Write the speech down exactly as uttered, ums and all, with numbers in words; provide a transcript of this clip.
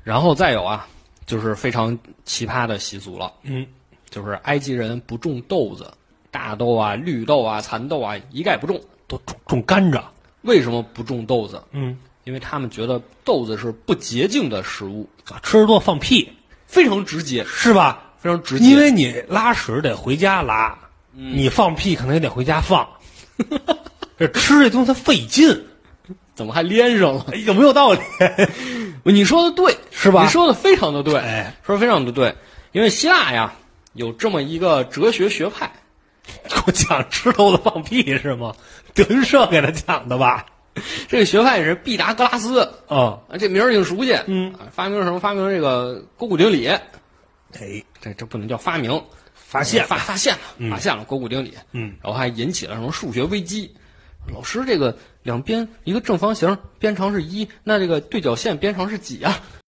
然后再有啊，就是非常奇葩的习俗了， 嗯， 就是埃及人不种豆子，大豆啊、绿豆啊、蚕豆啊一概不种， 都种种甘蔗。 为什么不种豆子？ 嗯， 因为他们觉得豆子是不洁净的食物， 吃得多放屁， 非常直接， 是吧？ 非常直接。 因为你拉屎得回家拉，嗯、你放屁可能也得回家放。这吃这东西它费劲， 怎么还连上了？ 哎，有没有道理？ 你说的对， 是吧？ 你说的非常的对， 哎， 说的非常的对。因为希腊呀有这么一个哲学学派， 给我讲吃豆子放屁是吗？德云社给他讲的吧？ 这个学派是毕达哥拉斯， 啊、 嗯，这名儿挺熟悉， 嗯， 发明什么？发明这个勾股定理。 哎， 这这不能叫发明， 发现发发现了， 嗯、 发现了勾股定理， 嗯， 然后还引起了什么数学危机。老师，这个两边一个正方形边长是一，那这个对角线边长是几啊？